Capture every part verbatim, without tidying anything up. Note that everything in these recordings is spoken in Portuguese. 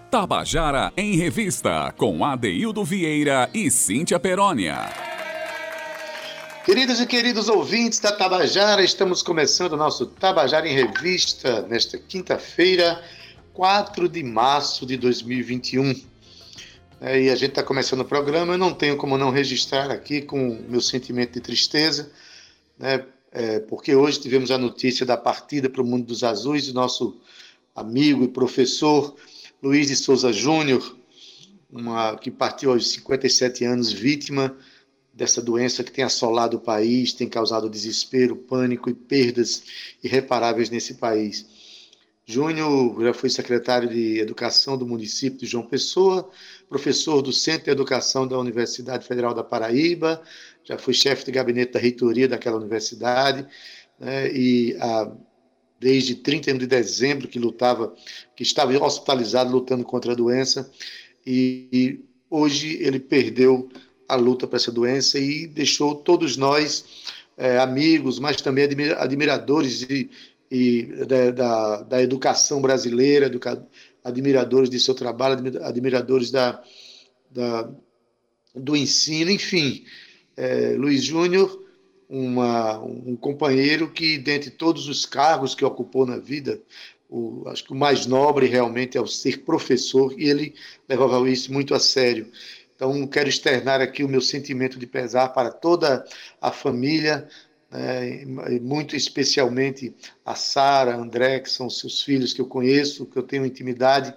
Tabajara em Revista, com Adeildo Vieira e Cíntia Perônia. Queridos e queridos ouvintes da Tabajara, estamos começando o nosso Tabajara em Revista nesta quinta-feira, quatro de março de dois mil e vinte e um. É, e a gente está começando o programa, eu não tenho como não registrar aqui com o meu sentimento de tristeza, né, é, porque hoje tivemos a notícia da partida para o mundo dos azuis do nosso amigo e professor Luiz de Souza Júnior, uma, que partiu aos cinquenta e sete anos, vítima dessa doença que tem assolado o país, tem causado desespero, pânico e perdas irreparáveis nesse país. Júnior já foi secretário de Educação do município de João Pessoa, professor do Centro de Educação da Universidade Federal da Paraíba, já foi chefe de gabinete da reitoria daquela universidade, né, e a desde trinta de dezembro que lutava, que estava hospitalizado lutando contra a doença, e, e hoje ele perdeu a luta para essa doença e deixou todos nós é, amigos, mas também admiradores de, e, da, da, da educação brasileira, educa, admiradores de seu trabalho, admiradores da, da, do ensino, enfim. É, Luiz Júnior, Uma, um companheiro que, dentre todos os cargos que ocupou na vida, o, acho que o mais nobre realmente é o ser professor, e ele levava isso muito a sério. Então, quero externar aqui o meu sentimento de pesar para toda a família, né, muito especialmente a Sara, André, que são seus filhos que eu conheço, que eu tenho intimidade,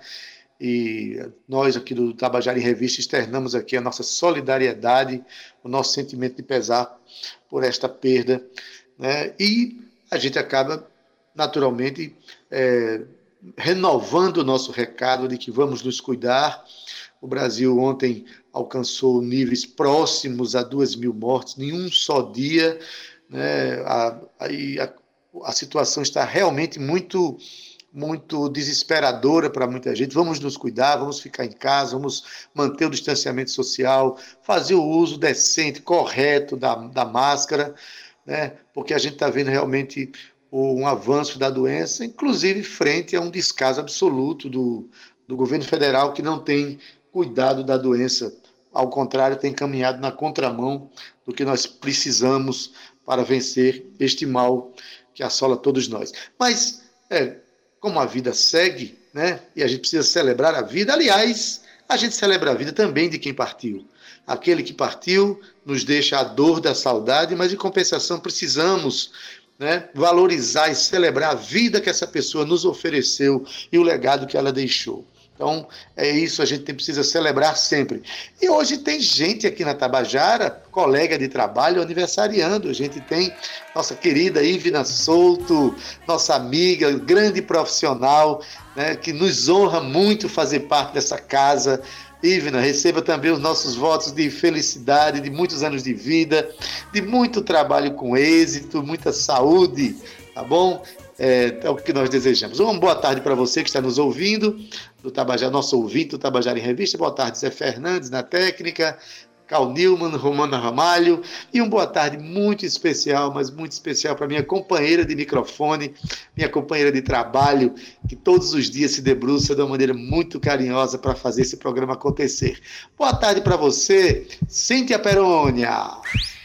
e nós aqui do Tabajara em Revista externamos aqui a nossa solidariedade, o nosso sentimento de pesar por esta perda, né? E a gente acaba naturalmente é, renovando o nosso recado de que vamos nos cuidar. O Brasil ontem alcançou níveis próximos a duas mil mortes em um só dia, né? a, a, a situação está realmente muito muito desesperadora para muita gente. Vamos nos cuidar, vamos ficar em casa, vamos manter o distanciamento social, fazer o uso decente, correto da, da máscara, né? Porque a gente está vendo realmente um avanço da doença, inclusive frente a um descaso absoluto do, do governo federal, que não tem cuidado da doença. Ao contrário, tem caminhado na contramão do que nós precisamos para vencer este mal que assola todos nós. Mas, é, como a vida segue, né? E a gente precisa celebrar a vida. Aliás, a gente celebra a vida também de quem partiu. Aquele que partiu nos deixa a dor da saudade, mas em compensação precisamos, né, valorizar e celebrar a vida que essa pessoa nos ofereceu e o legado que ela deixou. Então, é isso, a gente precisa celebrar sempre. E hoje tem gente aqui na Tabajara, colega de trabalho, aniversariando. A gente tem nossa querida Ivna Souto, nossa amiga, grande profissional, né, que nos honra muito fazer parte dessa casa. Ivna, receba também os nossos votos de felicidade, de muitos anos de vida, de muito trabalho com êxito, muita saúde, tá bom? É, é o que nós desejamos. Uma boa tarde para você que está nos ouvindo, do Tabajara, nosso ouvinte do Tabajara em Revista. Boa tarde, Zé Fernandes, na técnica, Carl Newman, Romana Ramalho, e uma boa tarde muito especial, mas muito especial para minha companheira de microfone, minha companheira de trabalho, que todos os dias se debruça de uma maneira muito carinhosa para fazer esse programa acontecer. Boa tarde para você, Cíntia Perônia.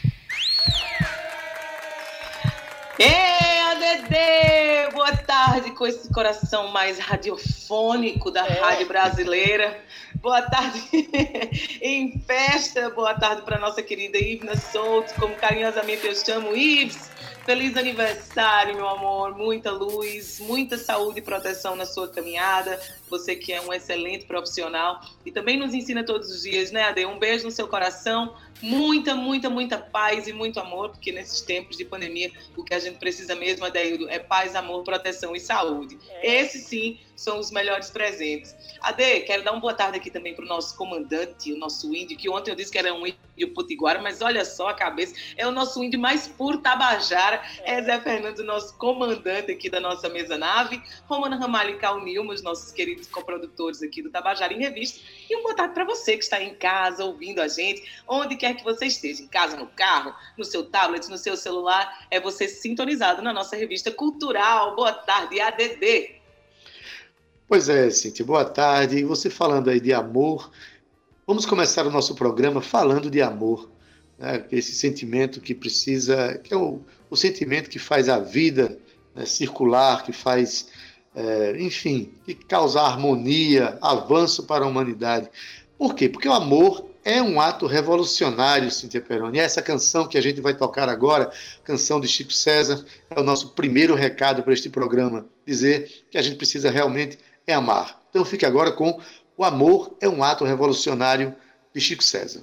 Ei, A D D! Boa tarde, com esse coração mais radiofônico da é. Rádio Brasileira. Boa tarde em festa. Boa tarde para nossa querida Ivna Souto, como carinhosamente eu chamo, Ives. Feliz aniversário, meu amor. Muita luz, muita saúde e proteção na sua caminhada. Você que é um excelente profissional e também nos ensina todos os dias, né, Ade? Um beijo no seu coração. Muita, muita, muita paz e muito amor, porque nesses tempos de pandemia o que a gente precisa mesmo, Adeildo, é paz, amor, proteção e saúde. Esses sim são os melhores presentes. Ade, quero dar uma boa tarde aqui também para o nosso comandante, o nosso índio, que ontem eu disse que era um índio potiguara, mas olha só a cabeça, é o nosso índio mais puro Tabajara, é Zé Fernandes, o nosso comandante aqui da nossa mesa nave, Romana Ramalho e Carl Nilma, os nossos queridos coprodutores aqui do Tabajara em Revista, e uma boa tarde para você que está em casa ouvindo a gente, onde quer que você esteja, em casa, no carro, no seu tablet, no seu celular, é você sintonizado na nossa revista cultural. Boa tarde, A D D. Pois é, Cíntia, boa tarde. E você falando aí de amor, vamos começar o nosso programa falando de amor, né? Esse sentimento que precisa, que é o, o sentimento que faz a vida, né, circular, que faz, é, enfim, que causa harmonia, avanço para a humanidade. Por quê? Porque o amor é um ato revolucionário, Cíntia Peroni. E essa canção que a gente vai tocar agora, canção de Chico César, é o nosso primeiro recado para este programa, dizer que a gente precisa realmente é amar. Então fique agora com O Amor é um Ato Revolucionário, de Chico César.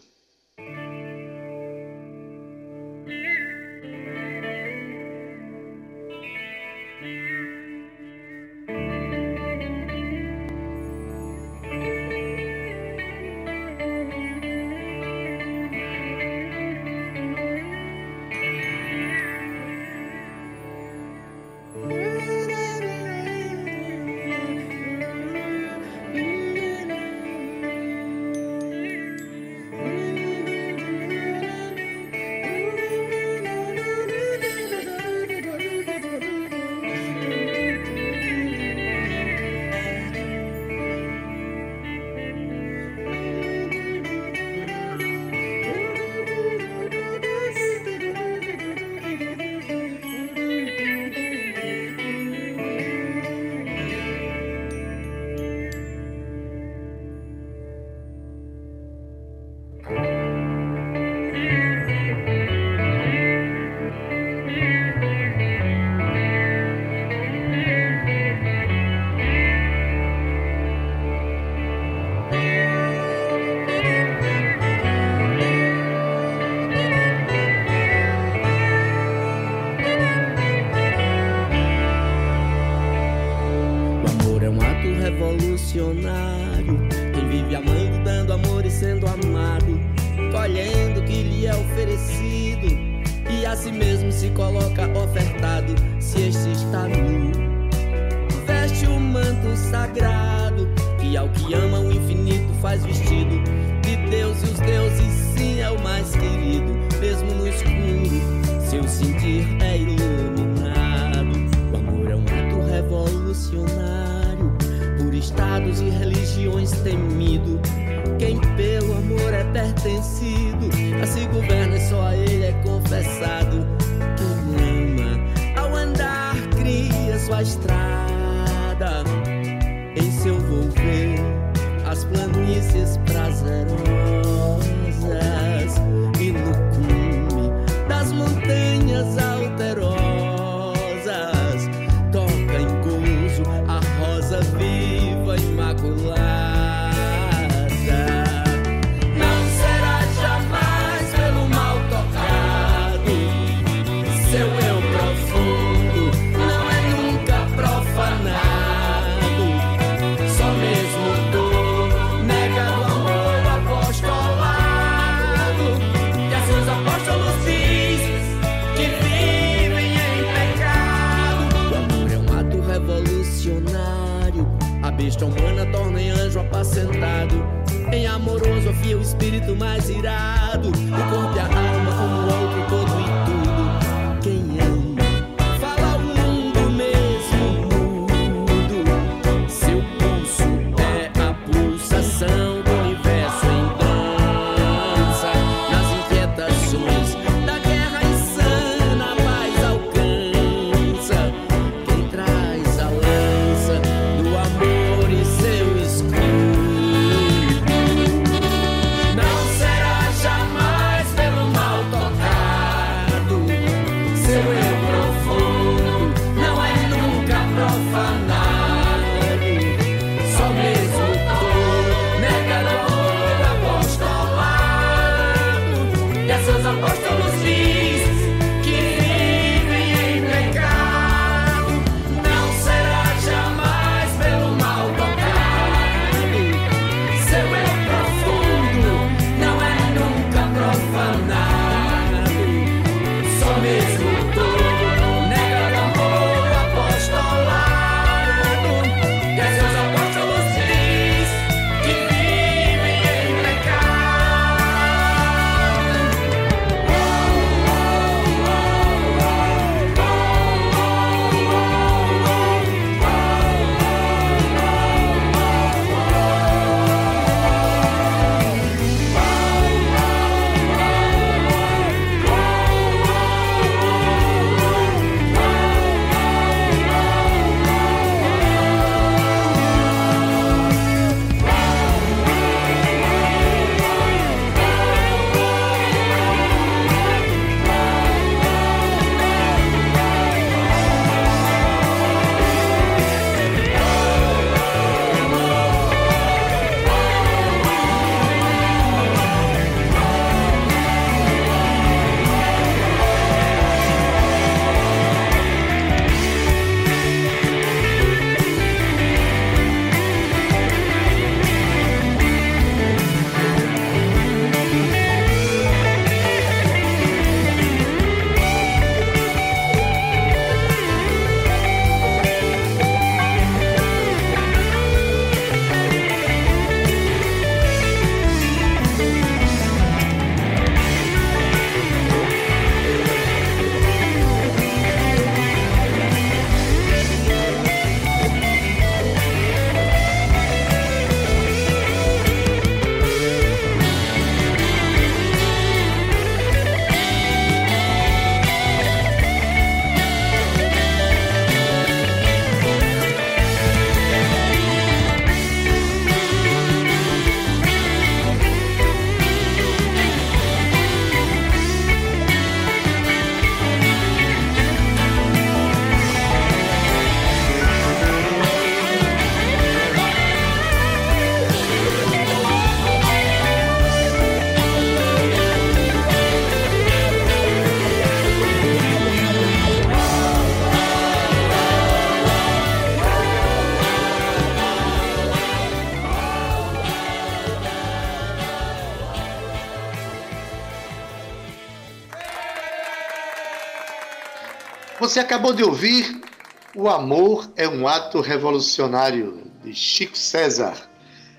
Quem vive amando, dando amor e sendo amado, colhendo o que lhe é oferecido, e a si mesmo se coloca ofertado. Se este está nu, veste o manto sagrado, que ao que ama o infinito faz vestido de Deus, e os deuses sim é o mais querido. Mesmo no escuro, seu sentir é iluminado. O amor é um ato revolucionário, por estados e religiões temido. Quem pelo amor é pertencido, a se governa e só a ele é confessado. Quem ama, ao andar, cria sua estrada, em seu volver as planícies prazerosas, e no cume das montanhas alterosas toca em gozo a rosa viva imaculada. Não será jamais pelo mal tocado, seu eu profundo não é nunca profanado. Só mesmo dor nega o amor apostolado, e a seus apóstolos diz que vivem em pecado. O amor é um ato revolucionário, a besta humana torna em anjo apacentado. Em amoroso afia o espírito mais irado, o corpo e a alma como o outro todo e tudo. Quem ama fala o mundo mesmo mudo, seu pulso é a pulsação do universo em dança. Nas inquietações da guerra insana, a paz alcança. Quem traz a lança do amor e seu escudo. Não será jamais pelo mal tocado, Você acabou de ouvir O Amor é um Ato Revolucionário, de Chico César.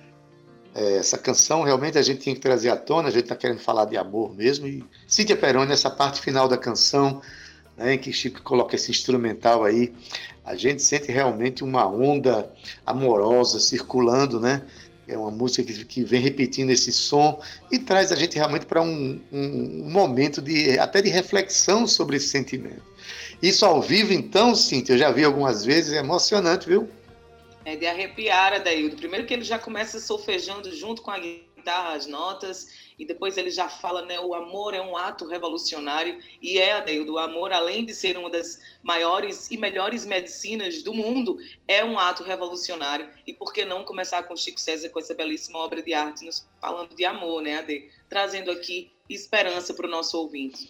É, essa canção realmente a gente tinha que trazer à tona, a gente está querendo falar de amor mesmo. E Cíntia Peroni, nessa parte final da canção, né, em que Chico coloca esse instrumental aí, a gente sente realmente uma onda amorosa circulando, né? É uma música que, que vem repetindo esse som e traz a gente realmente para um, um, um momento de, até de reflexão sobre esse sentimento. Isso ao vivo, então, Cíntia, eu já vi algumas vezes, é emocionante, viu? É de arrepiar, Adaildo. Primeiro que ele já começa solfejando junto com a guitarra as notas, e depois ele já fala, né, o amor é um ato revolucionário, e é, Adaildo, o amor, além de ser uma das maiores e melhores medicinas do mundo, é um ato revolucionário. E por que não começar com Chico César, com essa belíssima obra de arte, nos falando de amor, né, Ade? Trazendo aqui esperança para o nosso ouvinte.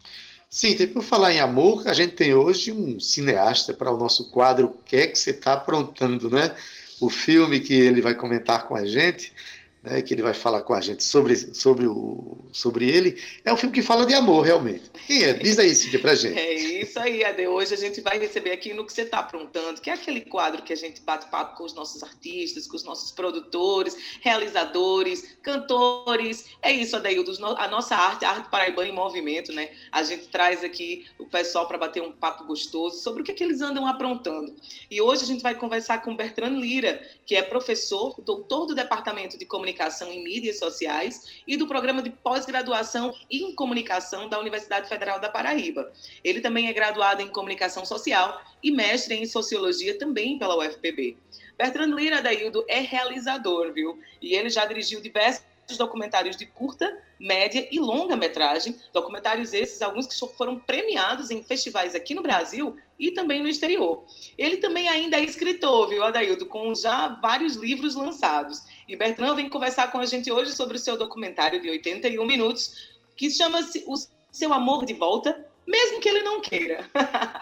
Sim, por falar em amor, a gente tem hoje um cineasta para o nosso quadro O que é que você está aprontando, né? O filme que ele vai comentar com a gente, né, que ele vai falar com a gente sobre, sobre, o, sobre ele, é um filme que fala de amor, realmente. Quem é? Diz aí, Cíntia, pra gente. É isso aí, Ade. Hoje a gente vai receber aqui No Que Você Está Aprontando, que é aquele quadro que a gente bate papo com os nossos artistas, com os nossos produtores, realizadores, cantores. É isso, Adaildo, a nossa arte, a arte paraibana em movimento, né? A gente traz aqui o pessoal para bater um papo gostoso sobre o que, é que eles andam aprontando. E hoje a gente vai conversar com Bertrand Lira, que é professor, doutor do Departamento de Comunicação em Mídias Sociais e do Programa de Pós-Graduação em Comunicação da Universidade Federal da Paraíba. Ele também é graduado em Comunicação Social e mestre em Sociologia também pela U F P B. Bertrand Lira, Adaildo, é realizador, viu? E ele já dirigiu diversos documentários de curta, média e longa metragem, documentários esses, alguns que foram premiados em festivais aqui no Brasil e também no exterior. Ele também ainda é escritor, viu, Adaildo, com já vários livros lançados. E Bertrand vem conversar com a gente hoje sobre o seu documentário de oitenta e um minutos, que chama-se O Seu Amor de Volta, mesmo que ele não queira.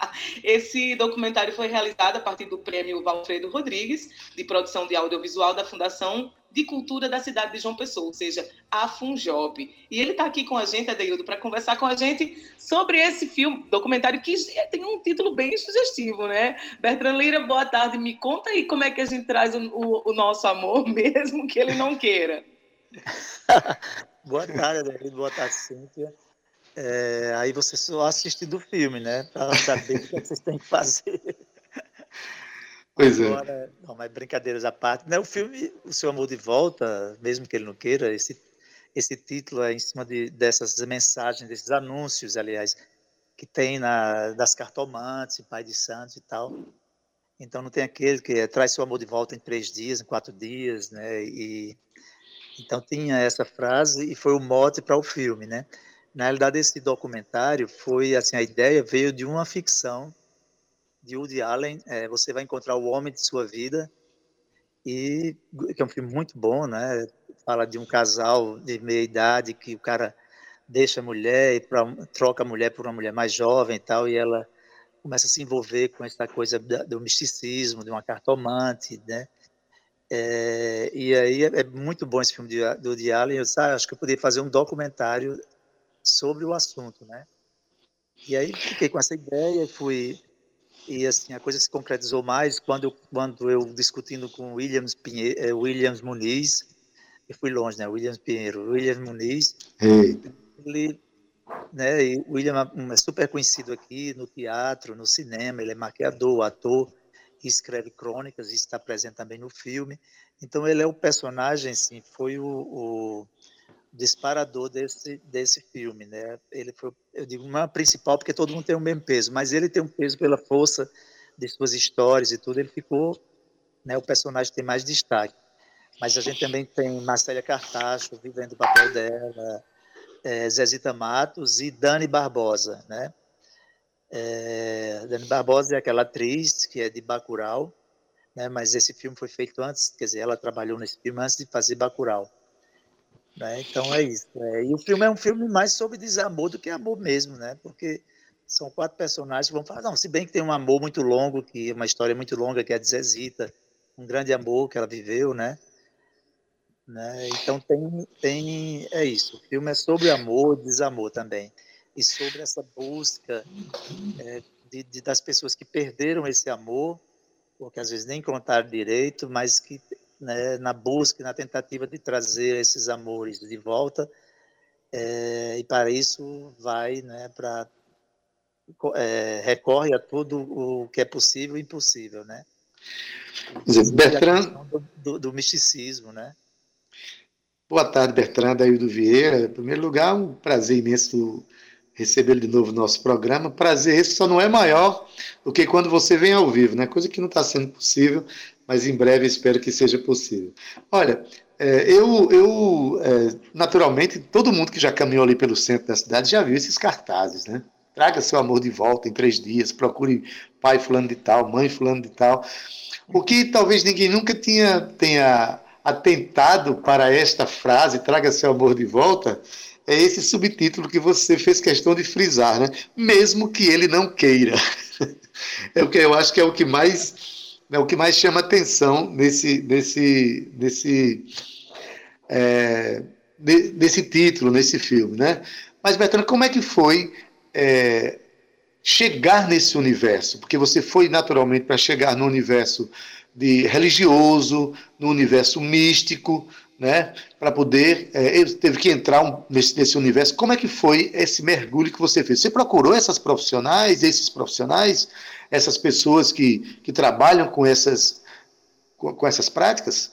Esse documentário foi realizado a partir do prêmio Valfredo Rodrigues, de produção de audiovisual da Fundação de Cultura da cidade de João Pessoa, ou seja, a Funjop. E ele está aqui com a gente, Adaildo, para conversar com a gente sobre esse filme, documentário que tem um título bem sugestivo, né? Bertrand Lira, boa tarde. Me conta aí como é que a gente traz o, o, o nosso amor, mesmo que ele não queira. Boa tarde, Adaildo. Boa tarde, Cíntia. É, aí você só assiste do filme, né? Para saber o que vocês têm que fazer. Pois Agora, é. Não, mas brincadeiras à parte. Né? O filme, O Seu Amor de Volta, mesmo que ele não queira, esse, esse título é em cima de, dessas mensagens, desses anúncios, aliás, que tem na, das cartomantes, Pai de Santos e tal. Então não tem aquele que é, traz seu amor de volta em três dias, em quatro dias, né? E, então tinha essa frase e foi o mote para o filme, né? Na realidade, esse documentário foi, assim, a ideia veio de uma ficção de Woody Allen, é, Você Vai Encontrar o Homem de Sua Vida, e que é um filme muito bom, né? Fala de um casal de meia idade que o cara deixa a mulher e pra, troca a mulher por uma mulher mais jovem e tal, e ela começa a se envolver com essa coisa do misticismo, de uma cartomante, né? É, e aí é, é muito bom esse filme de, do Woody Allen. Eu sabe, acho que eu poderia fazer um documentário sobre o assunto, né? E aí fiquei com essa ideia e fui e assim a coisa se concretizou mais quando eu, quando eu discutindo com Williams Pinheiro, Williams Muniz, eu fui longe, né? Williams Pinheiro, Williams Muniz, Eita. ele, né? E o William é super conhecido aqui no teatro, no cinema, ele é maquiador, ator, e escreve crônicas, e está presente também no filme. Então ele é o personagem, assim, foi o, o disparador desse, desse filme, né? Ele foi, eu digo, não é principal porque todo mundo tem o mesmo peso, mas ele tem um peso pela força de suas histórias e tudo, ele ficou, né, o personagem tem mais destaque. Mas a gente também tem Marcélia Cartacho vivendo o papel dela, é, Zezita Matos e Dani Barbosa, né? É, Dani Barbosa é aquela atriz que é de Bacurau, né? Mas esse filme foi feito antes, quer dizer, ela trabalhou nesse filme antes de fazer Bacurau. Né? Então é isso. É, e o filme é um filme mais sobre desamor do que amor mesmo, né? Porque são quatro personagens que vão falar, não, se bem que tem um amor muito longo, que é uma história muito longa, que é a de Zezita, um grande amor que ela viveu, né? Né? Então tem, tem, é isso. O filme é sobre amor e desamor também. E sobre essa busca é, de, de, das pessoas que perderam esse amor, ou que às vezes nem contaram direito, mas que, né, na busca, na tentativa de trazer esses amores de volta, é, e para isso vai, né, para é, recorre a tudo o que é possível e impossível, né? Bertrand, do, do, do misticismo, né? Boa tarde, Bertrand, Daildo Vieira. Em primeiro lugar, um prazer imenso recebê-lo de novo no nosso programa. Prazer esse só não é maior do que quando você vem ao vivo, né? Coisa que não está sendo possível, mas em breve espero que seja possível. Olha, é, eu, eu é, naturalmente, todo mundo que já caminhou ali pelo centro da cidade já viu esses cartazes, né? Traga seu amor de volta em três dias, procure pai fulano de tal, mãe fulano de tal. O que talvez ninguém nunca tinha, tenha atentado para esta frase, traga seu amor de volta, é esse subtítulo que você fez questão de frisar, né? Mesmo que ele não queira. É o que eu acho que é o que mais, é o que mais chama atenção nesse, nesse, nesse, é, nesse título, nesse filme, né? Mas, Bertrand, como é que foi é, chegar nesse universo? Porque você foi naturalmente para chegar no universo de religioso, no universo místico, né? Para poder, é, ele teve que entrar um, nesse, nesse universo. Como é que foi esse mergulho que você fez? Você procurou essas profissionais, esses profissionais, essas pessoas que, que trabalham com essas, com, com essas práticas?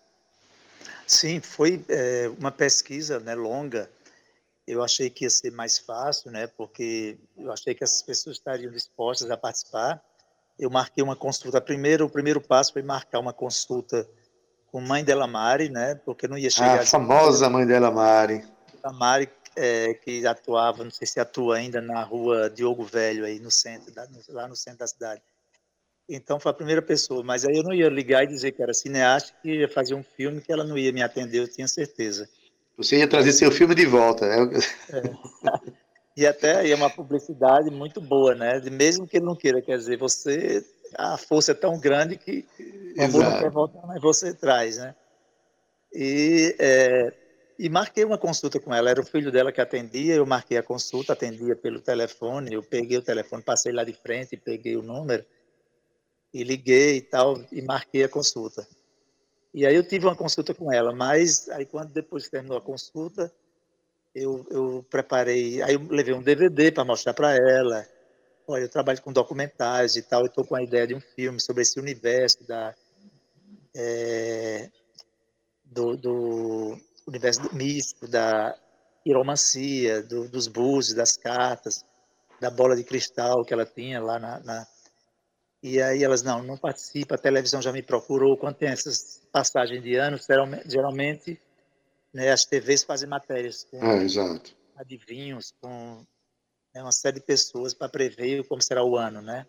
Sim, foi é, uma pesquisa, né, longa. Eu achei que ia ser mais fácil, né? Porque eu achei que as pessoas estariam dispostas a participar. Eu marquei uma consulta. Primeiro, o primeiro passo foi marcar uma consulta com mãe dela, Mari, né? Porque não ia chegar... A famosa mãe dela, Mari. A Mari, é, que atuava, não sei se atua ainda, na rua Diogo Velho, aí no centro, da, lá no centro da cidade. Então, foi a primeira pessoa. Mas aí eu não ia ligar e dizer que era cineasta, que ia fazer um filme, que ela não ia me atender, eu tinha certeza. Você ia trazer seu filme de volta, né? É. E até é uma publicidade muito boa, né? Mesmo que ele não queira, quer dizer, você, a força é tão grande que o amor não quer voltar, mas você traz, né? E, é, e marquei uma consulta com ela, era o filho dela que atendia, eu marquei a consulta, atendia pelo telefone, eu peguei o telefone, passei lá de frente, peguei o número e liguei e tal, e marquei a consulta. E aí eu tive uma consulta com ela, mas aí quando depois terminou a consulta, Eu, eu preparei, aí eu levei um D V D para mostrar para ela. Olha, eu trabalho com documentários e tal, eu estou com a ideia de um filme sobre esse universo da, é, do, do universo místico, da piromancia, do, dos búzios, das cartas, da bola de cristal que ela tinha lá na, na... E aí elas, não, não participa, a televisão já me procurou, quando tem essas passagens de anos, geralmente... Né, as T Vs fazem matérias com é, exato. adivinhos, com, né, uma série de pessoas para prever como será o ano, né?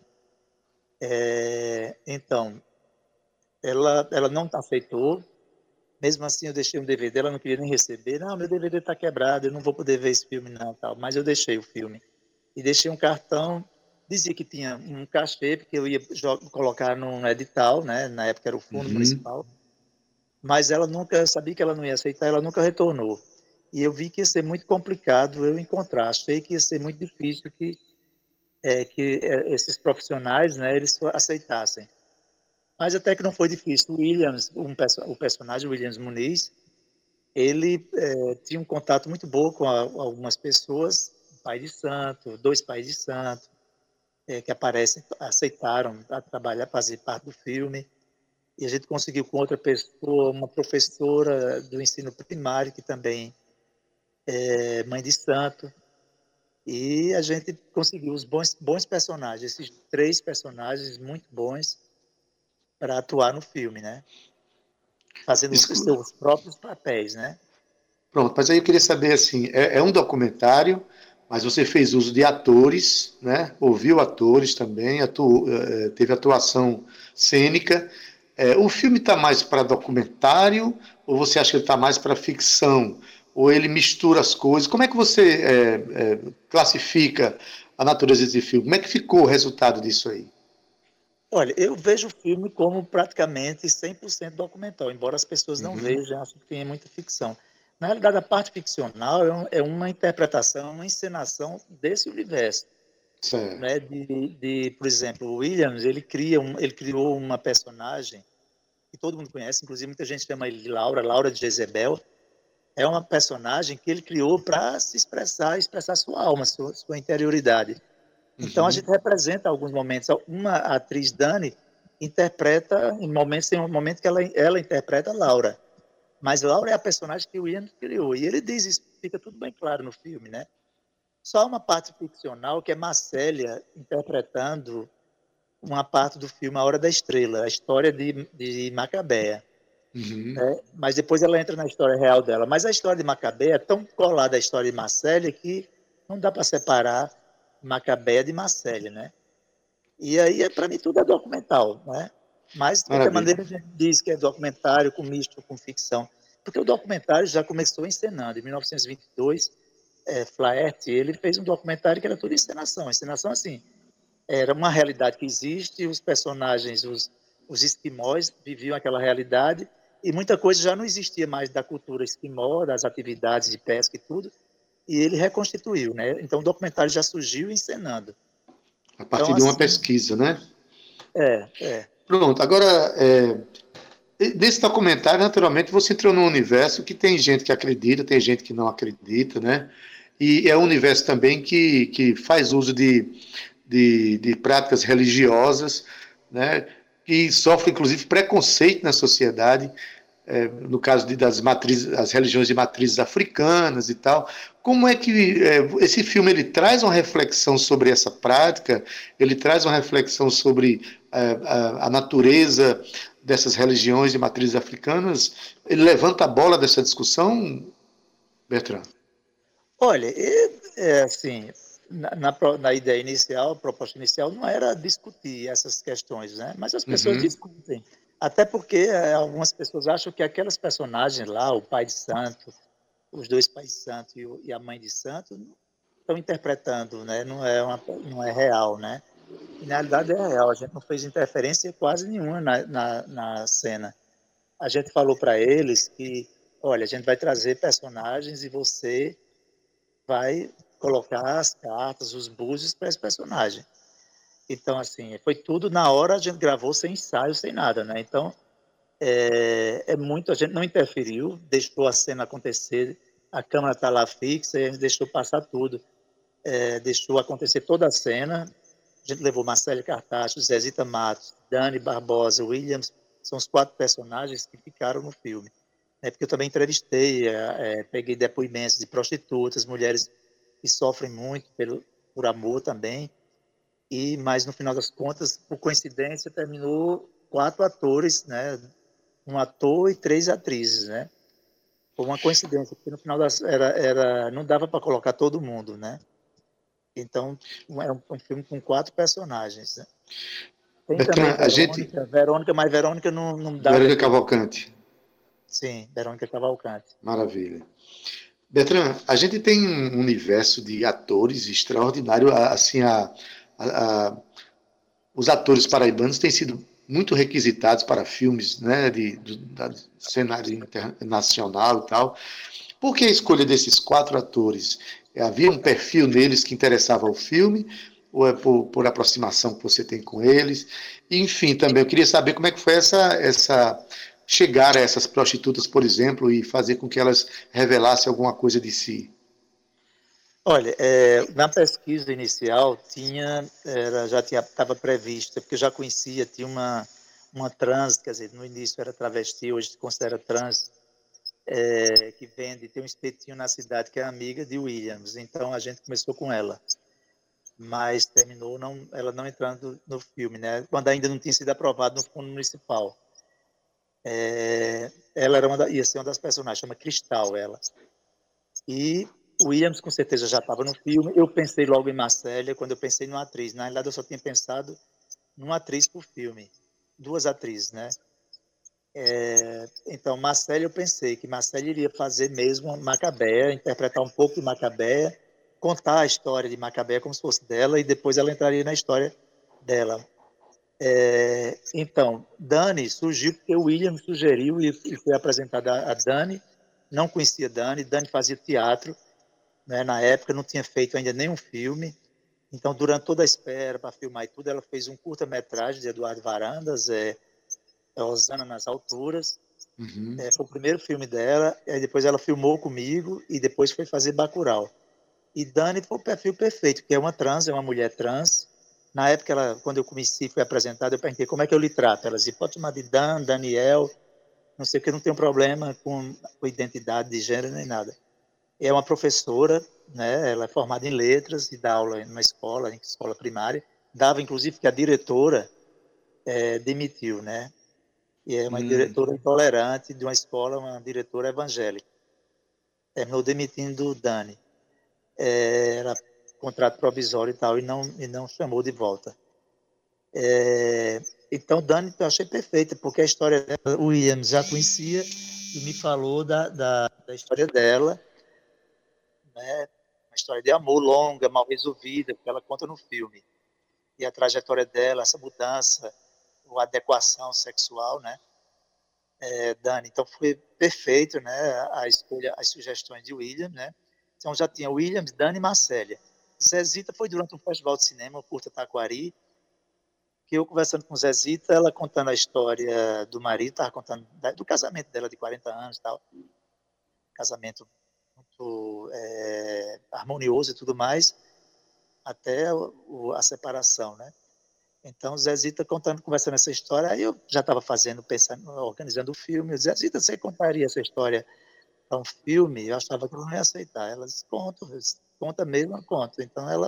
É, então, ela, ela não aceitou. Mesmo assim, eu deixei um D V D, ela não queria nem receber. Não, meu D V D está quebrado, eu não vou poder ver esse filme, não, tal. Mas eu deixei o filme. E deixei um cartão, dizia que tinha um cachê, porque eu ia colocar num edital, né? Na época era o Fundo Uhum. Municipal. Mas ela nunca, eu sabia que ela não ia aceitar, ela nunca retornou. E eu vi que ia ser muito complicado eu encontrar, achei que ia ser muito difícil que, é, que é, esses profissionais, né, eles aceitassem. Mas até que não foi difícil. O Williams, um, o personagem Williams Muniz, ele é, tinha um contato muito bom com a, algumas pessoas, pai de santo, dois pais de santo, é, que aparecem, aceitaram a trabalhar, fazer parte do filme. E a gente conseguiu com outra pessoa, uma professora do ensino primário, que também é mãe de santo. E a gente conseguiu os bons, bons personagens, esses três personagens muito bons para atuar no filme, né? Fazendo os seus próprios papéis, né? Pronto, mas aí eu queria saber, assim, é, é um documentário, mas você fez uso de atores, né? Ouviu atores também, atu, teve atuação cênica. É, o filme está mais para documentário ou você acha que ele está mais para ficção? Ou ele mistura as coisas? Como é que você é, é, classifica a natureza desse filme? Como é que ficou o resultado disso aí? Olha, eu vejo o filme como praticamente cem por cento documental, embora as pessoas não uhum. vejam, acham que tem muita ficção. Na realidade, a parte ficcional é uma interpretação, uma encenação desse universo. Certo. Né, de, de, por exemplo, o Williams, ele, cria um, ele criou uma personagem que todo mundo conhece, inclusive muita gente chama ele de Laura, Laura de Jezebel. É uma personagem que ele criou para se expressar, expressar sua alma, sua, sua interioridade. Então, uhum. a gente representa alguns momentos. Uma atriz, Dani, interpreta, em momentos, tem um momento que ela, ela interpreta Laura. Mas Laura é a personagem que o Williams criou. E ele diz isso, fica tudo bem claro no filme, né? Só uma parte ficcional, que é Marcélia interpretando uma parte do filme A Hora da Estrela, a história de, de Macabea. Uhum. Né? Mas depois ela entra na história real dela. Mas a história de Macabea é tão colada à história de Marcélia que não dá para separar Macabea de Marcélia, né? E aí, para mim, tudo é documental, né? Mas, de qualquer maneira, a gente diz que é documentário com misto com ficção. Porque o documentário já começou encenando. Em mil novecentos e vinte e dois, é, Flaherty, ele fez um documentário que era tudo encenação. Encenação, assim, era uma realidade que existe, os personagens, os, os esquimós viviam aquela realidade, e muita coisa já não existia mais da cultura esquimó, das atividades de pesca e tudo, e ele reconstituiu, né? Então, o documentário já surgiu encenando. A partir então, de uma assim, pesquisa, né? É, é. Pronto, agora, é, desse documentário, naturalmente, você entrou num universo que tem gente que acredita, tem gente que não acredita, né? E é um universo também que, que faz uso de, de, de práticas religiosas, né? Que sofre, inclusive, preconceito na sociedade, é, no caso de, das matrizes, as religiões de matrizes africanas e tal. Como é que é, esse filme ele traz uma reflexão sobre essa prática? Ele traz uma reflexão sobre é, a, a natureza dessas religiões de matrizes africanas? Ele levanta a bola dessa discussão, Bertrand? Olha, é, é assim, na, na, na ideia inicial, a proposta inicial não era discutir essas questões, né? Mas as pessoas Uhum. discutem. Até porque é, algumas pessoas acham que aquelas personagens lá, o pai de santo, os dois pais de santo e, o, e a mãe de santo, estão interpretando, né? Não é, uma, não é real, né? E, na realidade é real, a gente não fez interferência quase nenhuma na, na, na cena. A gente falou para eles que, olha, a gente vai trazer personagens e você vai colocar as cartas, os búzios para esse personagem. Então, assim, foi tudo na hora, a gente gravou sem ensaio, sem nada, né? Então, é, é muito, a gente não interferiu, deixou a cena acontecer, a câmera está lá fixa e a gente deixou passar tudo. É, deixou acontecer toda a cena, a gente levou Marcelo Cartacho, Zezita Matos, Dani Barbosa, Williams, são os quatro personagens que ficaram no filme. É, porque eu também entrevistei, é, peguei depoimentos de prostitutas, mulheres que sofrem muito pelo, por amor também, e mas no final das contas, por coincidência, terminou quatro atores, né? Um ator e três atrizes, né? Foi uma coincidência, porque no final das, era, era, não dava para colocar todo mundo, né? Então, é um, um filme com quatro personagens, né? Tem Bertrand, também Verônica, a gente... Verônica, mas Verônica não, não dá... Verônica Cavalcante. Sim, Verônica Cavalcante. Maravilha. Bertrand, a gente tem um universo de atores extraordinário, assim, a, a, a, os atores paraibanos têm sido muito requisitados para filmes, né, de, de, de cenário internacional e tal. Por que a escolha desses quatro atores? Havia um perfil neles que interessava ao filme, ou é por, por aproximação que você tem com eles? Enfim, também eu queria saber como é que foi essa... essa chegar a essas prostitutas, por exemplo, e fazer com que elas revelassem alguma coisa de si? Olha, é, na pesquisa inicial tinha, era, já estava prevista, porque eu já conhecia, tinha uma, uma trans, quer dizer, no início era travesti, hoje se considera trans, é, que vende, tem um espetinho na cidade que é amiga de Williams, então a gente começou com ela, mas terminou não, ela não entrando no filme, né? Quando ainda não tinha sido aprovado no Fundo Municipal. É, ela era uma da, ia ser uma das personagens, chama Cristal, ela. E o Williams, com certeza, já estava no filme. Eu pensei logo em Marcélia, quando eu pensei numa atriz. Na realidade, eu só tinha pensado numa atriz por filme. Duas atrizes, né? É, então, Marcélia, eu pensei que Marcélia iria fazer mesmo Macabea, interpretar um pouco de Macabea, contar a história de Macabea como se fosse dela, e depois ela entraria na história dela. É, então, Dani surgiu porque o William sugeriu e, e foi apresentada a Dani. Não conhecia Dani, Dani fazia teatro, né, na época, não tinha feito ainda nenhum filme, Então, durante toda a espera para filmar e tudo, ela fez um curta-metragem de Eduardo Varandas, é, é Osana nas Alturas. Uhum. É, foi o primeiro filme dela, e depois ela filmou comigo e depois foi fazer Bacurau. E Dani foi o perfil perfeito, que é uma trans, é uma mulher trans. Na época, ela, quando eu conheci, fui apresentada, eu perguntei como é que eu lhe trato. Ela disse, pode chamar de Dan, Daniel, não sei o que, não tem problema com, com identidade de gênero nem nada. É uma professora, né? Ela é formada em letras e dá aula em uma escola, em escola primária. Dava, inclusive, que a diretora é, demitiu, né? E é uma Hum. diretora intolerante de uma escola, uma diretora evangélica. Terminou demitindo Dani. É, era contrato provisório e tal, e não, e não chamou de volta. É, então, Dani, eu achei perfeita, porque a história dela, o Williams já conhecia e me falou da, da, da história dela, né? Uma história de amor longa, mal resolvida, que ela conta no filme. E a trajetória dela, essa mudança, a adequação sexual, né? É, Dani, então foi perfeito, né? A escolha, as sugestões de William, né? Então já tinha Williams, Dani e Marcélia. Zezita foi durante um festival de cinema, o Curta Taquari, que eu conversando com Zezita, ela contando a história do marido, estava contando do casamento dela de quarenta anos e tal. Casamento muito é, harmonioso e tudo mais, até o, a separação, né? Então, Zezita contando, conversando essa história, aí eu já estava fazendo, pensando, organizando o filme. Eu disse, Zezita, você contaria essa história para um filme? Eu achava que ela não ia aceitar. Ela disse, conto, conta mesmo, eu conto. Então, ela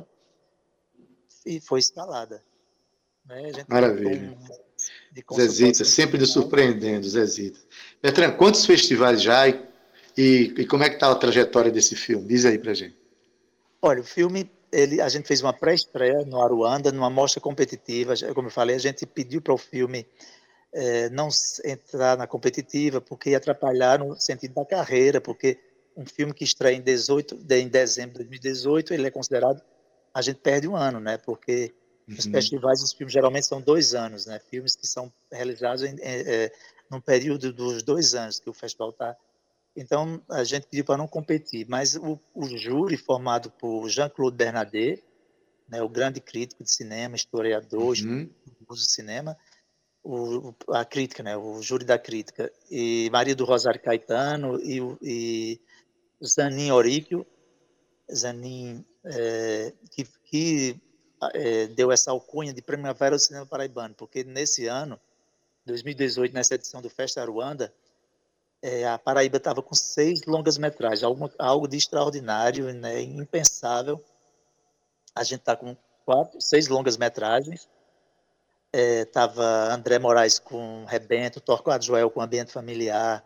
e foi escalada. Né? A gente Maravilha. Um de Zezita, sempre nos surpreendendo, Zezita. Bertrand, quantos festivais já e, e, e como é que está a trajetória desse filme? Diz aí para gente. Olha, o filme, ele, a gente fez uma pré-estreia no Aruanda, numa mostra competitiva. Como eu falei, a gente pediu para o filme é, não entrar na competitiva, porque ia atrapalhar no sentido da carreira, porque um filme que estreia em, dezoito, em dezembro de dois mil e dezoito, ele é considerado, a gente perde um ano, né? Porque uhum. Nos festivais os filmes geralmente são dois anos, né? Filmes que são realizados em, é, é, num período dos dois anos que o festival está. Então, a gente pediu para não competir, mas o, o júri, formado por Jean-Claude Bernardet, né, o grande crítico de cinema, historiador, uhum. do cinema, o, a crítica, né, o júri da crítica, e Maria do Rosário Caetano e, e Zanin Oríquio, Zanin, é, que, que é, deu essa alcunha de Primavera do Cinema Paraibano, porque nesse ano, dois mil e dezoito, nessa edição do Festa Aruanda, É, a Paraíba estava com seis longas-metragens, algo, algo de extraordinário, né, impensável. A gente está com quatro, seis longas-metragens. Estava é, André Moraes com Rebento, Torquato Joel com Ambiente Familiar,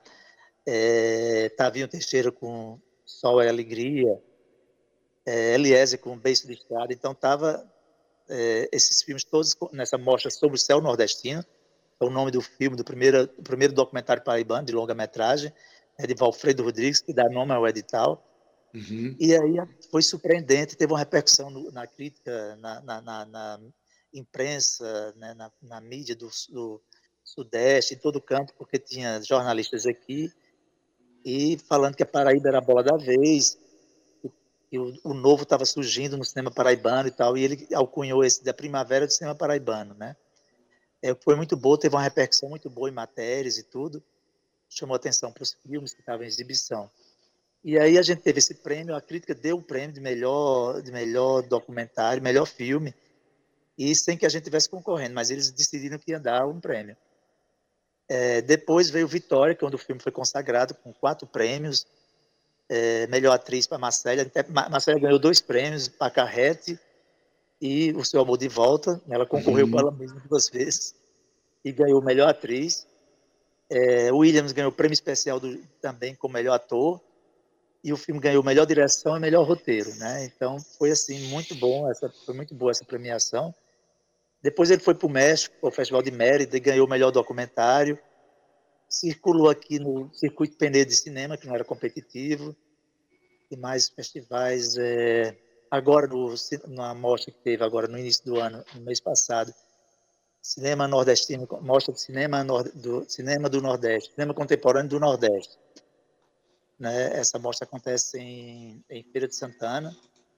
é, Tavinho Teixeira com Sol e Alegria, é, Eliezer com Beiço de Estrada. Então, estava é, esses filmes todos nessa mostra sobre o céu nordestino. É o nome do filme, do primeiro, do primeiro documentário paraibano de longa-metragem, é de Valfredo Rodrigues, que dá nome ao edital. Uhum. E aí foi surpreendente, teve uma repercussão no, na crítica, na, na, na, na imprensa, né, na, na mídia do, do Sudeste, em todo o campo, porque tinha jornalistas aqui, e falando que a Paraíba era a bola da vez, e o, o novo estava surgindo no cinema paraibano e tal, e ele alcunhou esse da primavera do cinema paraibano, né? É, foi muito boa, teve uma repercussão muito boa em matérias e tudo, chamou atenção para os filmes que estavam em exibição. E aí a gente teve esse prêmio, a crítica deu o prêmio de melhor, de melhor documentário, melhor filme, e sem que a gente estivesse concorrendo, mas eles decidiram que ia dar um prêmio. É, depois veio Vitória, quando o filme foi consagrado, com quatro prêmios, é, melhor atriz para Marcélia, até, Marcélia ganhou dois prêmios, para Carrete, e O Seu Amor de Volta, ela concorreu uhum. para ela mesma duas vezes e ganhou melhor atriz. É, Williams ganhou o prêmio especial do, também como melhor ator, e o filme ganhou melhor direção e melhor roteiro, né? Então foi assim muito bom, essa foi muito boa essa premiação. Depois ele foi para o México, para o Festival de Mérida, e ganhou o melhor documentário. Circulou aqui no Circuito Penedo de Cinema, que não era competitivo, e mais festivais. É, agora, no, na mostra que teve agora no início do ano, no mês passado, Cinema Nordestino, mostra de cinema do, cinema do Nordeste, cinema contemporâneo do Nordeste. Né? Essa mostra acontece em, em Feira de Santana,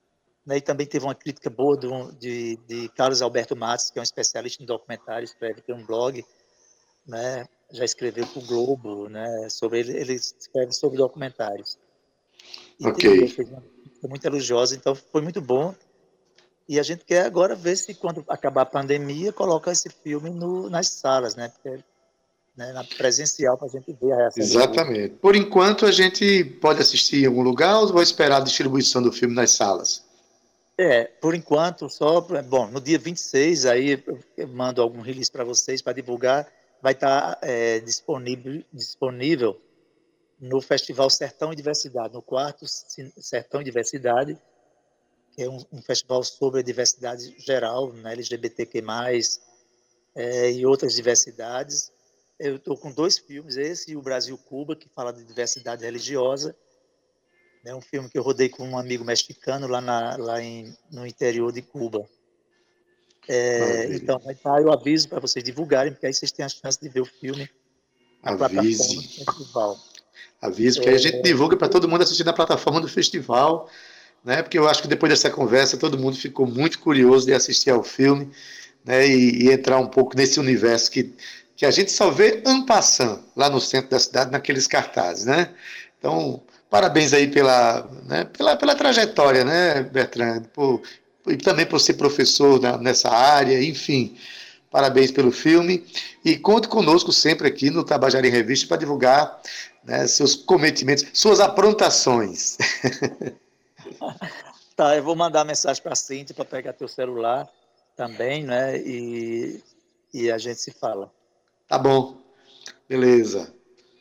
Né? E também teve uma crítica boa do, de, de Carlos Alberto Matos, que é um especialista em documentários, escreve, tem um blog, né? Já escreveu para o Globo, né? Sobre ele, ele escreve sobre documentários. E Ok. ele fez uma crítica muito elogiosa, então foi muito bom. E a gente quer agora ver se, quando acabar a pandemia, coloca esse filme no, nas salas, né? Porque, né, na presencial, para a gente ver a reação. Exatamente. Por enquanto, a gente pode assistir em algum lugar ou vai esperar a distribuição do filme nas salas? É, por enquanto, só... Bom, no dia vinte e seis, aí eu mando algum release para vocês, para divulgar, vai estar é, disponível, disponível no Festival Sertão e Diversidade, no quarto Sertão e Diversidade, que é um, um festival sobre a diversidade geral, né, L G B T Q mais, é, e outras diversidades. Eu estou com dois filmes, esse e o Brasil-Cuba, que fala de diversidade religiosa. É um filme que eu rodei com um amigo mexicano lá, na, lá em, no interior de Cuba. É, então, tá, eu aviso para vocês divulgarem, porque aí vocês têm a chance de ver o filme na Avise. plataforma do festival. Aviso, porque é... aí a gente divulga para todo mundo assistir na plataforma do festival, né? Porque eu acho que depois dessa conversa todo mundo ficou muito curioso de assistir ao filme, né? E, e entrar um pouco nesse universo que, que a gente só vê en passant lá no centro da cidade, naqueles cartazes, né? Então, parabéns aí pela, né, pela, pela trajetória, né, Bertrand? Por, e também por ser professor na, nessa área, enfim. Parabéns pelo filme. E conte conosco sempre aqui no Tabajara em Revista para divulgar, né, seus cometimentos, suas aprontações. Tá, eu vou mandar mensagem para a Cíntia para pegar teu celular também, né? E, e a gente se fala. Tá bom. Beleza.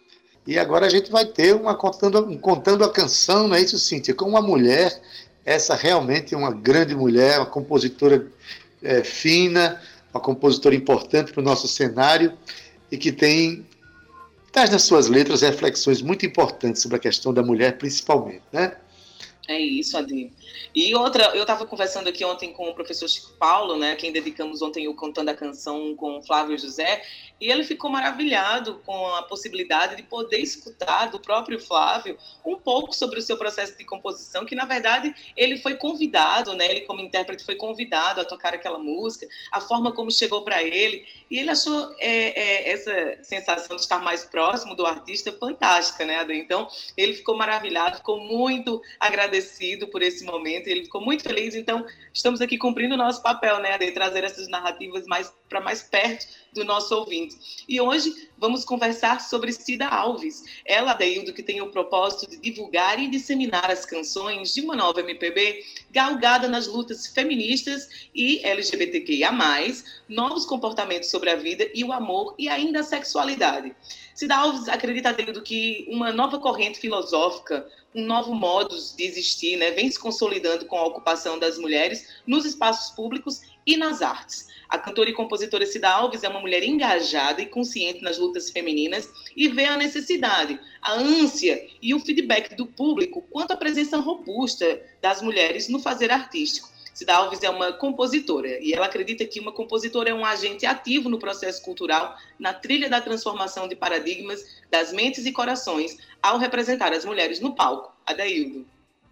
E agora a gente vai ter uma contando, contando a canção, não é isso, Cíntia? Com uma mulher, essa realmente é uma grande mulher, uma compositora é, fina, uma compositora importante para o nosso cenário e que tem, traz nas suas letras reflexões muito importantes sobre a questão da mulher, principalmente, né? É isso, Adi. E outra, eu estava conversando aqui ontem com o professor Chico Paulo, né, quem dedicamos ontem o Contando a Canção com o Flávio José, e ele ficou maravilhado com a possibilidade de poder escutar do próprio Flávio um pouco sobre o seu processo de composição, que na verdade ele foi convidado, né, ele como intérprete foi convidado a tocar aquela música, a forma como chegou para ele, e ele achou é, é, essa sensação de estar mais próximo do artista fantástica, né, Adi? Então ele ficou maravilhado, ficou muito agradecido por esse momento, ele ficou muito feliz. Então estamos aqui cumprindo o nosso papel, né, de trazer essas narrativas mais para mais perto do nosso ouvinte. E hoje vamos conversar sobre Cida Alves, ela, Adeildo, que tem o propósito de divulgar e disseminar as canções de uma nova M P B galgada nas lutas feministas e L G B T Q I A mais, novos comportamentos sobre a vida e o amor e ainda a sexualidade. Cida Alves acredita, Adeildo, que uma nova corrente filosófica, um novo modo de existir, né, vem se consolidando com a ocupação das mulheres nos espaços públicos e nas artes. A cantora e compositora Cida Alves é uma mulher engajada e consciente nas lutas femininas e vê a necessidade, a ânsia e o feedback do público quanto à presença robusta das mulheres no fazer artístico. Cida Alves é uma compositora e ela acredita que uma compositora é um agente ativo no processo cultural, na trilha da transformação de paradigmas das mentes e corações, ao representar as mulheres no palco. Adeildo.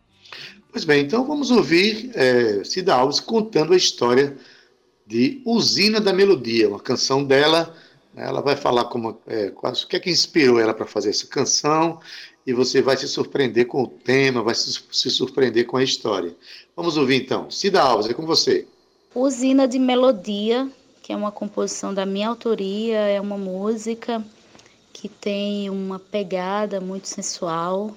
Pois bem, então vamos ouvir é, Cida Alves contando a história de Usina da Melodia, uma canção dela. Ela vai falar como, é, o que é que inspirou ela para fazer essa canção, e você vai se surpreender com o tema, vai se, se surpreender com a história. Vamos ouvir então. Cida Alves, é com você. Usina de Melodia, que é uma composição da minha autoria, é uma música que tem uma pegada muito sensual,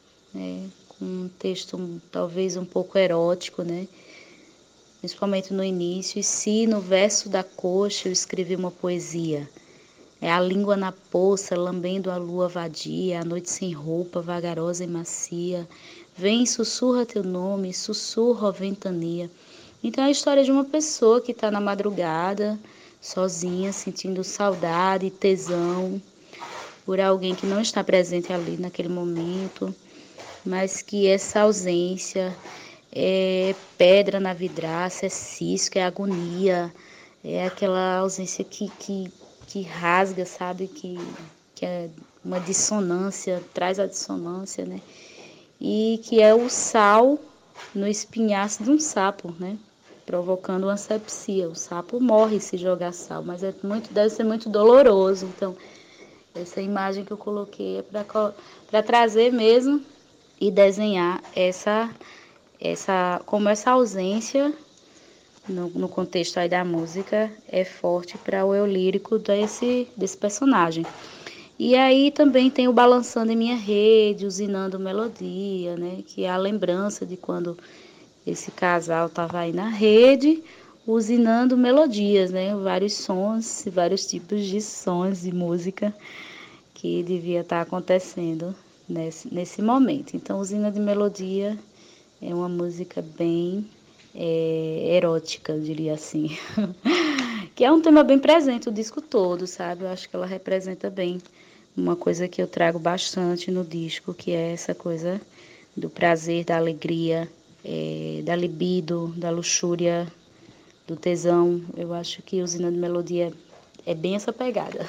né, com um texto talvez um pouco erótico, né? Principalmente no início, e se no verso da coxa eu escrevi uma poesia. É a língua na poça, lambendo a lua vadia, a noite sem roupa, vagarosa e macia. Vem, sussurra teu nome, sussurra, ó ventania. Então é a história de uma pessoa que está na madrugada, sozinha, sentindo saudade e tesão por alguém que não está presente ali naquele momento, mas que essa ausência é pedra na vidraça, é cisco, é agonia, é aquela ausência que, que, que rasga, sabe, que, que é uma dissonância, traz a dissonância, né? E que é o sal no espinhaço de um sapo, né? Provocando uma sepsia. O sapo morre se jogar sal, mas é muito, deve ser muito doloroso. Então, essa imagem que eu coloquei é para trazer mesmo e desenhar essa, essa, como essa ausência, no, no contexto aí da música, é forte para o eu lírico desse, desse personagem. E aí também tem o Balançando em Minha Rede, Usinando Melodia, né? Que é a lembrança de quando esse casal estava aí na rede, usinando melodias, né? Vários sons, vários tipos de sons de música que devia estar acontecendo nesse, nesse momento. Então, Usina de Melodia é uma música bem é, erótica, eu diria assim. Que é um tema bem presente o disco todo, sabe? Eu acho que ela representa bem uma coisa que eu trago bastante no disco, que é essa coisa do prazer, da alegria, é, da libido, da luxúria, do tesão. Eu acho que Usina de Melodia é bem essa pegada.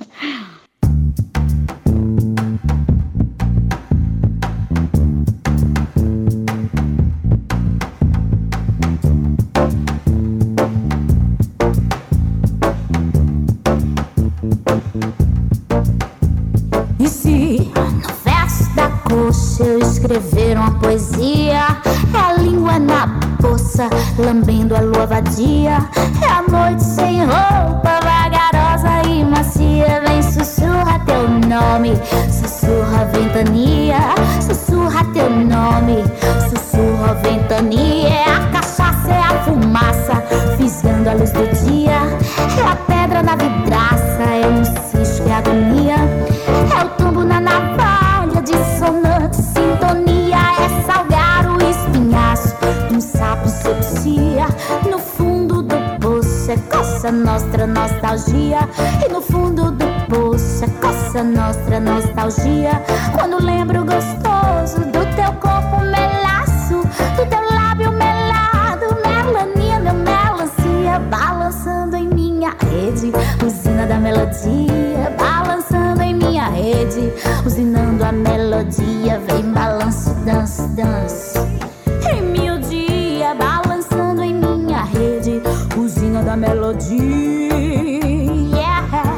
E se no verso da coxa eu escrever uma poesia, é a língua na poça, lambendo a lua vadia, é a noite sem roupa, vagarosa e macia, vem sussurra teu nome, sussurra ventania, sussurra teu nome, sussurra ventania, é a cachaça, é a fumaça, fisgando a luz do dia, é a pedra na vidraça, é um cisco, é agonia, é o tombo na navalha, dissonante sintonia, é salgar o espinhaço de um sapo sepsia, no fundo do poço é coça nostra nostalgia, e no fundo do poço é coça nostra nostalgia, quando lembro gostoso do teu corpo melaço, do teu lábio melado, melania, meu melancia, balançando em minha rede, usina da melodia, balançando em minha rede, usinando a melodia, vem balanço, dança, dança. Em mil dias, balançando em minha rede, usina da melodia. Yeah.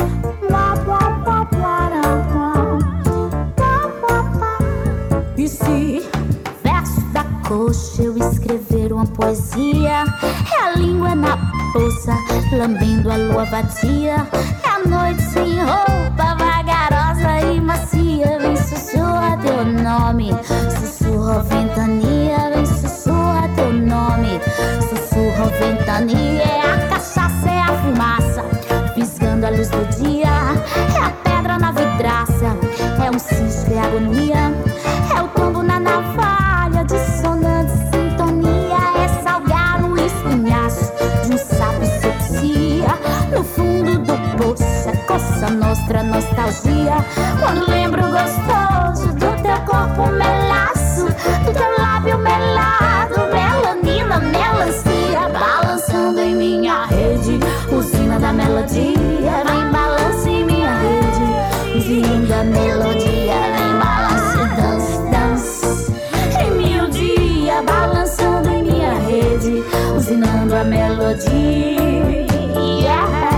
E se verso da coxa eu escrever uma poesia, é a língua na poça, lambendo a lua vadia, é a noite sem roupa, vagarosa e macia, vem sussurra teu nome, sussurra ventania, vem sussurra teu nome, sussurra ventania, é a cachaça, é a fumaça, fisgando a luz do dia, é a pedra na vidraça, é um cisco, é agonia, é o tombo na navalha, dissonante sintonia, é salgar o espinhaço de um sapo sepsia, no fundo do poço é coça nostra nostalgia, quando lembro gostoso do teu corpo melaço, do teu lábio melado, melanina, melancia, balançando em minha rede, usina da melodia, vem balança em minha rede, usina da melodia, vem balança, dança, dança. Em mil dias, balançando em minha rede, usinando a melodia. Yeah.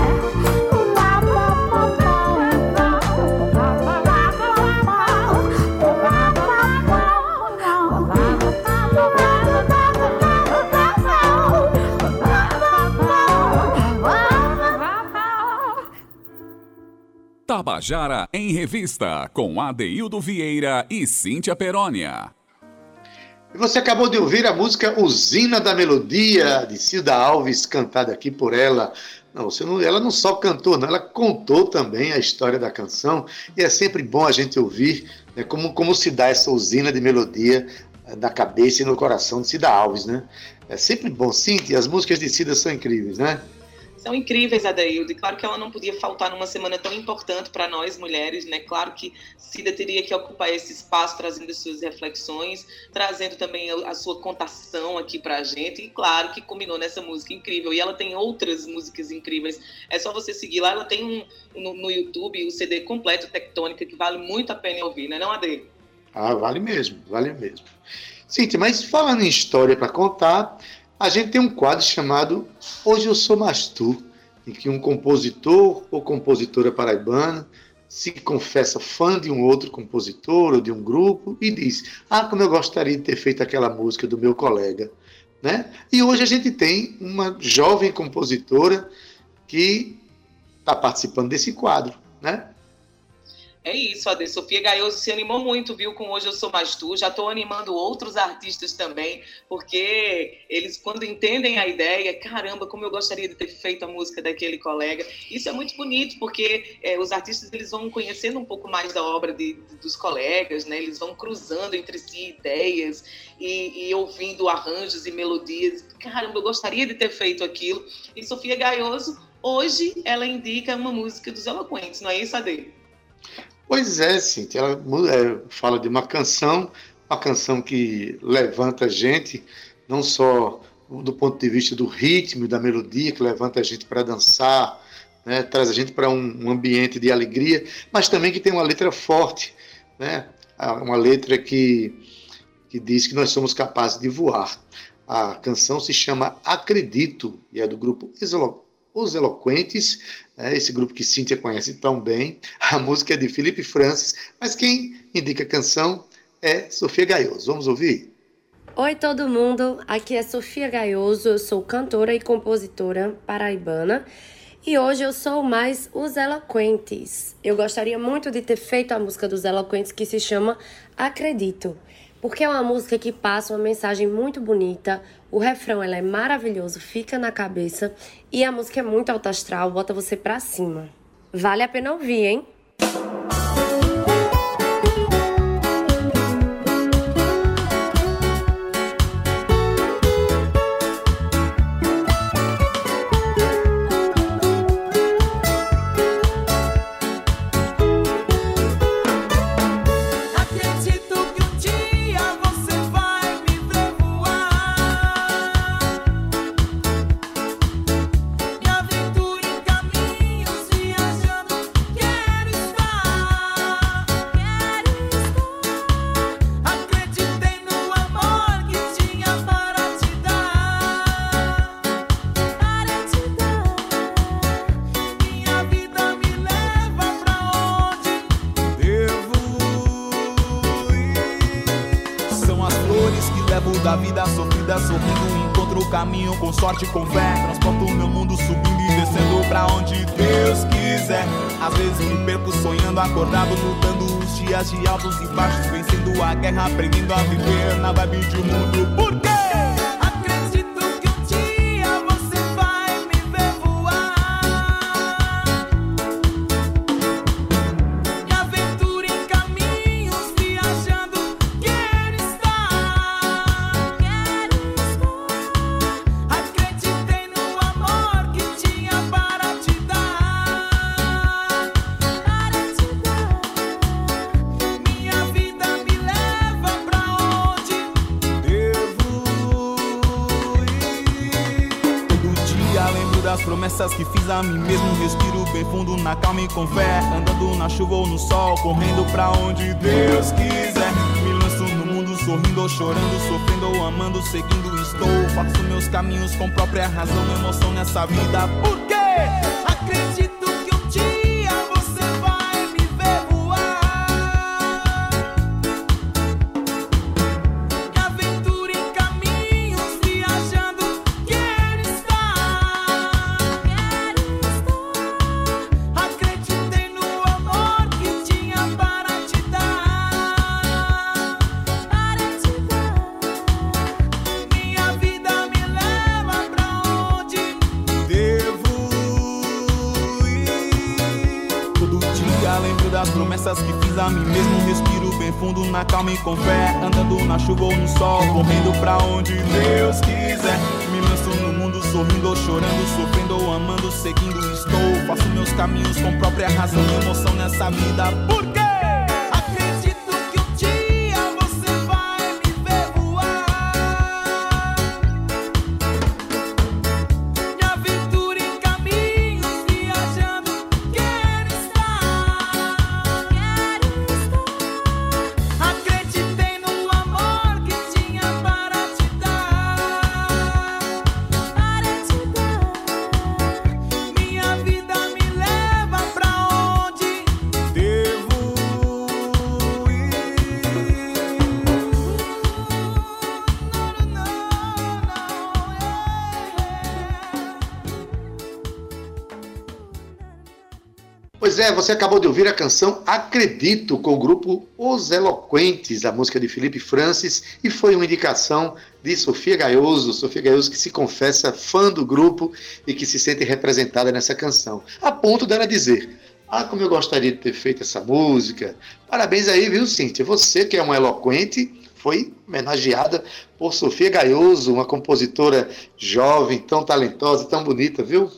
Tabajara em Revista, com Adeildo Vieira e Cíntia Perônia. E você acabou de ouvir a música Usina da Melodia, de Cida Alves, cantada aqui por ela. Não, você não, ela não só cantou, não, ela contou também a história da canção, e é sempre bom a gente ouvir, né, como, como se dá essa usina de melodia na cabeça e no coração de Cida Alves, né? É sempre bom, Cíntia, as músicas de Cida são incríveis, né? São incríveis, Adeildo, e claro que ela não podia faltar numa semana tão importante para nós, mulheres, né? Claro que Cida teria que ocupar esse espaço, trazendo as suas reflexões, trazendo também a sua contação aqui pra gente, e claro que combinou nessa música incrível, e ela tem outras músicas incríveis, é só você seguir lá, ela tem um, no, no YouTube o C D completo, Tectônica, que vale muito a pena ouvir, né não, Ade? Ah, vale mesmo, vale mesmo. Cíntia, mas falando em história para contar, a gente tem um quadro chamado Hoje Eu Sou Mais Tu, em que um compositor ou compositora paraibana se confessa fã de um outro compositor ou de um grupo e diz: ah, como eu gostaria de ter feito aquela música do meu colega. Né? E hoje a gente tem uma jovem compositora que está participando desse quadro, né? É isso, Ade. Sofia Gaioso se animou muito, viu, com Hoje Eu Sou Mais Tu. Já estou animando outros artistas também, porque eles, quando entendem a ideia, caramba, como eu gostaria de ter feito a música daquele colega. Isso é muito bonito, porque é, os artistas eles vão conhecendo um pouco mais da obra de, de, dos colegas, né? Eles vão cruzando entre si ideias e, e ouvindo arranjos e melodias. Caramba, eu gostaria de ter feito aquilo. E Sofia Gaioso, hoje, ela indica uma música dos Eloquentes, não é isso, Ade? Pois é, Cíntia, ela é, fala de uma canção, uma canção que levanta a gente, não só do ponto de vista do ritmo e da melodia, que levanta a gente para dançar, né, traz a gente para um, um ambiente de alegria, mas também que tem uma letra forte, né, uma letra que, que diz que nós somos capazes de voar. A canção se chama Acredito, e é do grupo Os Eloquentes, esse grupo que Cíntia conhece tão bem. A música é de Felipe Francis, mas quem indica a canção é Sofia Gaioso. Vamos ouvir? Oi todo mundo, aqui é Sofia Gaioso, eu sou cantora e compositora paraibana e hoje eu sou mais Os Eloquentes. Eu gostaria muito de ter feito a música dos Eloquentes que se chama Acredito, porque é uma música que passa uma mensagem muito bonita, o refrão ela é maravilhoso, fica na cabeça e a música é muito alto astral, bota você pra cima. Vale a pena ouvir, hein? Da vida sofrida, sorrindo, encontro o caminho com sorte e com fé. Transporto o meu mundo subindo e descendo pra onde Deus quiser. Às vezes me perco sonhando, acordado, lutando os dias de altos e baixos, vencendo a guerra, aprendendo a viver na vibe de um mundo. Por quê? Promessas que fiz a mim mesmo, respiro bem fundo na calma e com fé, andando na chuva ou no sol, correndo pra onde Deus quiser. Me lanço no mundo sorrindo ou chorando, sofrendo ou amando, seguindo estou, faço meus caminhos com própria razão, emoção nessa vida. Por quê? Acredito que um dia você vai me ver voar. Me aventura em caminhos, viajando, quero estar. Das promessas que fiz a mim mesmo, respiro bem fundo na calma e com fé, andando na chuva ou no sol, correndo pra onde Deus quiser. Me lanço no mundo sorrindo ou chorando, sofrendo ou amando, seguindo estou, faço meus caminhos com própria razão e emoção nessa vida. Por quê? Acredito é, você acabou de ouvir a canção Acredito, com o grupo Os Eloquentes, a música de Felipe Francis, e foi uma indicação de Sofia Gaioso, Sofia Gaioso que se confessa fã do grupo e que se sente representada nessa canção, a ponto dela dizer: ah, como eu gostaria de ter feito essa música. Parabéns aí, viu, Cíntia? Você que é uma eloquente, foi homenageada por Sofia Gaioso, uma compositora jovem, tão talentosa, tão bonita, viu?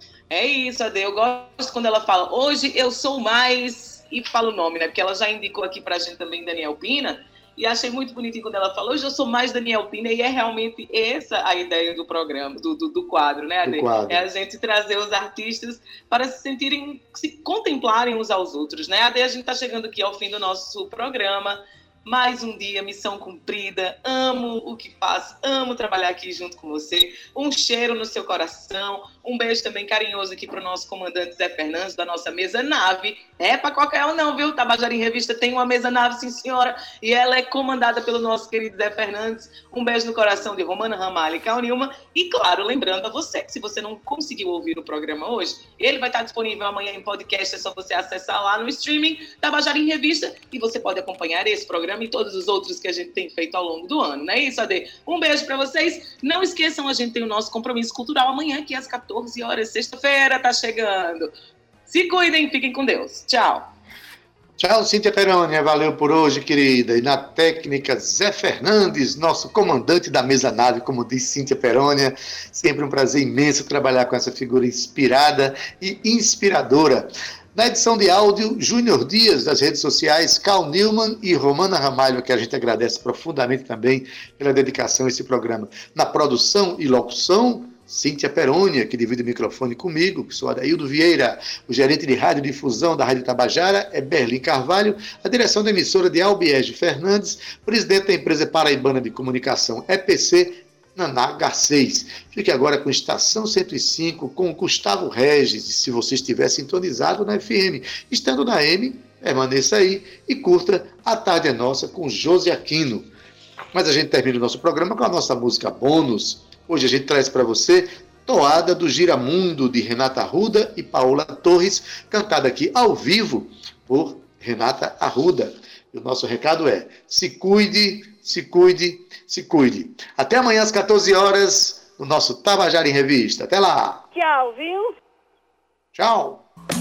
É isso, Ade. Eu gosto quando ela fala, hoje eu sou mais, e fala o nome, né? Porque ela já indicou aqui pra gente também Daniel Pina, e achei muito bonitinho quando ela falou, hoje eu sou mais Daniel Pina, e é realmente essa a ideia do programa, do, do, do quadro, né, Ade? Quadro. É a gente trazer os artistas para se sentirem, se contemplarem uns aos outros, né, Ade? A gente tá chegando aqui ao fim do nosso programa. Mais um dia, missão cumprida, amo o que faço, amo trabalhar aqui junto com você, um cheiro no seu coração, um beijo também carinhoso aqui para o nosso comandante Zé Fernandes, da nossa mesa nave, é para qualquer um não, viu? Tabajara em Revista tem uma mesa nave, sim senhora, e ela é comandada pelo nosso querido Zé Fernandes, um beijo no coração de Romana Ramalho e Cal Nilma, e claro, lembrando a você que se você não conseguiu ouvir o programa hoje, ele vai estar disponível amanhã em podcast, é só você acessar lá no streaming Tabajara em Revista, e você pode acompanhar esse programa e todos os outros que a gente tem feito ao longo do ano, não é isso, Ade? Um beijo para vocês. Não esqueçam, a gente tem o nosso compromisso cultural amanhã, que é às quatorze horas, sexta-feira, tá chegando. Se cuidem, fiquem com Deus. Tchau. Tchau, Cíntia Perônia. Valeu por hoje, querida. E na técnica, Zé Fernandes, nosso comandante da mesa nave, como diz Cíntia Perônia. Sempre um prazer imenso trabalhar com essa figura inspirada e inspiradora. Na edição de áudio, Júnior Dias, das redes sociais, Cal Newman e Romana Ramalho, que a gente agradece profundamente também pela dedicação a esse programa. Na produção e locução, Cíntia Perônia, que divide o microfone comigo, que sou Adaildo Vieira. O gerente de radiodifusão da Rádio Tabajara é Berlim Carvalho. A direção da emissora de Albiege Fernandes. Presidente da empresa paraibana de comunicação E P C, Naná Garcês. Fique agora com Estação cento e cinco, com Gustavo Regis, e se você estiver sintonizado na F M. Estando na M, permaneça aí e curta A Tarde é Nossa com Josi Aquino. Mas a gente termina o nosso programa com a nossa música bônus. Hoje a gente traz para você Toada do Giramundo, de Renata Arruda e Paola Torres, cantada aqui ao vivo por Renata Arruda. E o nosso recado é: se cuide, se cuide, se cuide. Até amanhã às quatorze horas, no nosso Tabajara em Revista. Até lá. Tchau, viu? Tchau.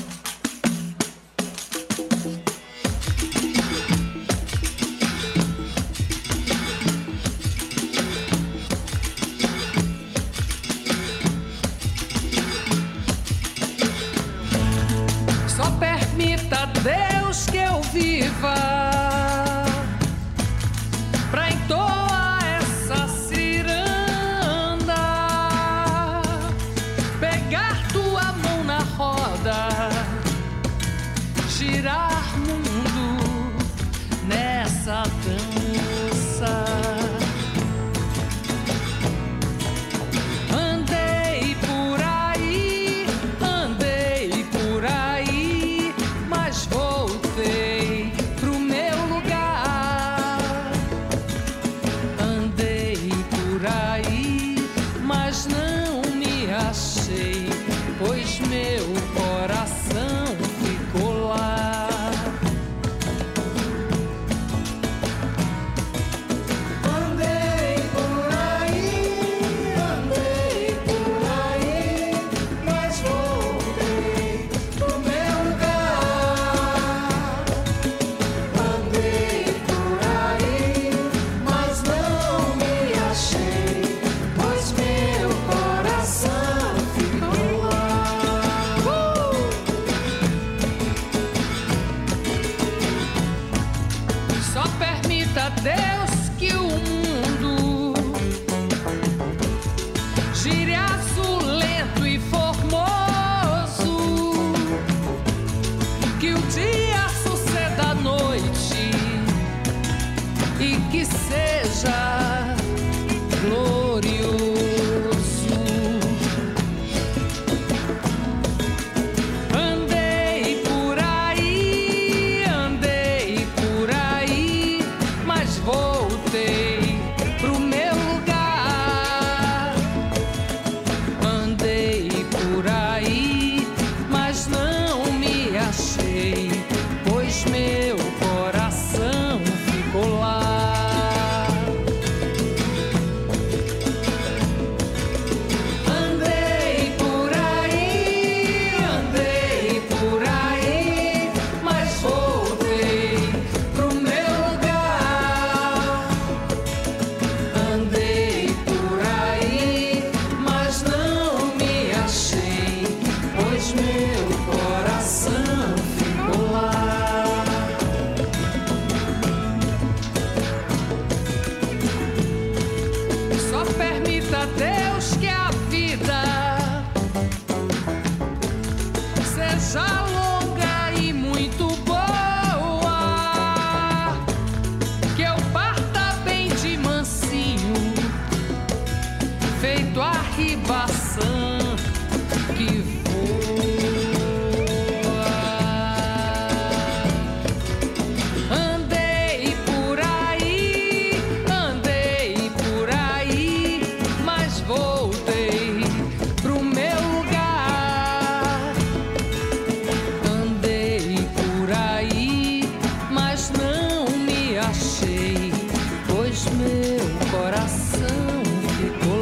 Só permita, Deus, que eu viva pra entoar essa ciranda, pegar tua mão na roda, girar mundo nessa dança. Andei por aí, andei por aí, mas voltei pro meu lugar. Andei por aí, mas não me achei, pois meu coração ficou lá. Andei por aí, andei por aí, mas voltei pro meu lugar. Andei por aí, mas não me achei, pois meu coração ficou lá. Só permita, Deus, que o mundo gire azul, lento e formoso, que o dia suceda à noite e que seja glorioso. Andei por aí, andei por aí, mas voltei pro meu lugar. Andei por aí, mas não me achei, te achei, pois meu coração ficou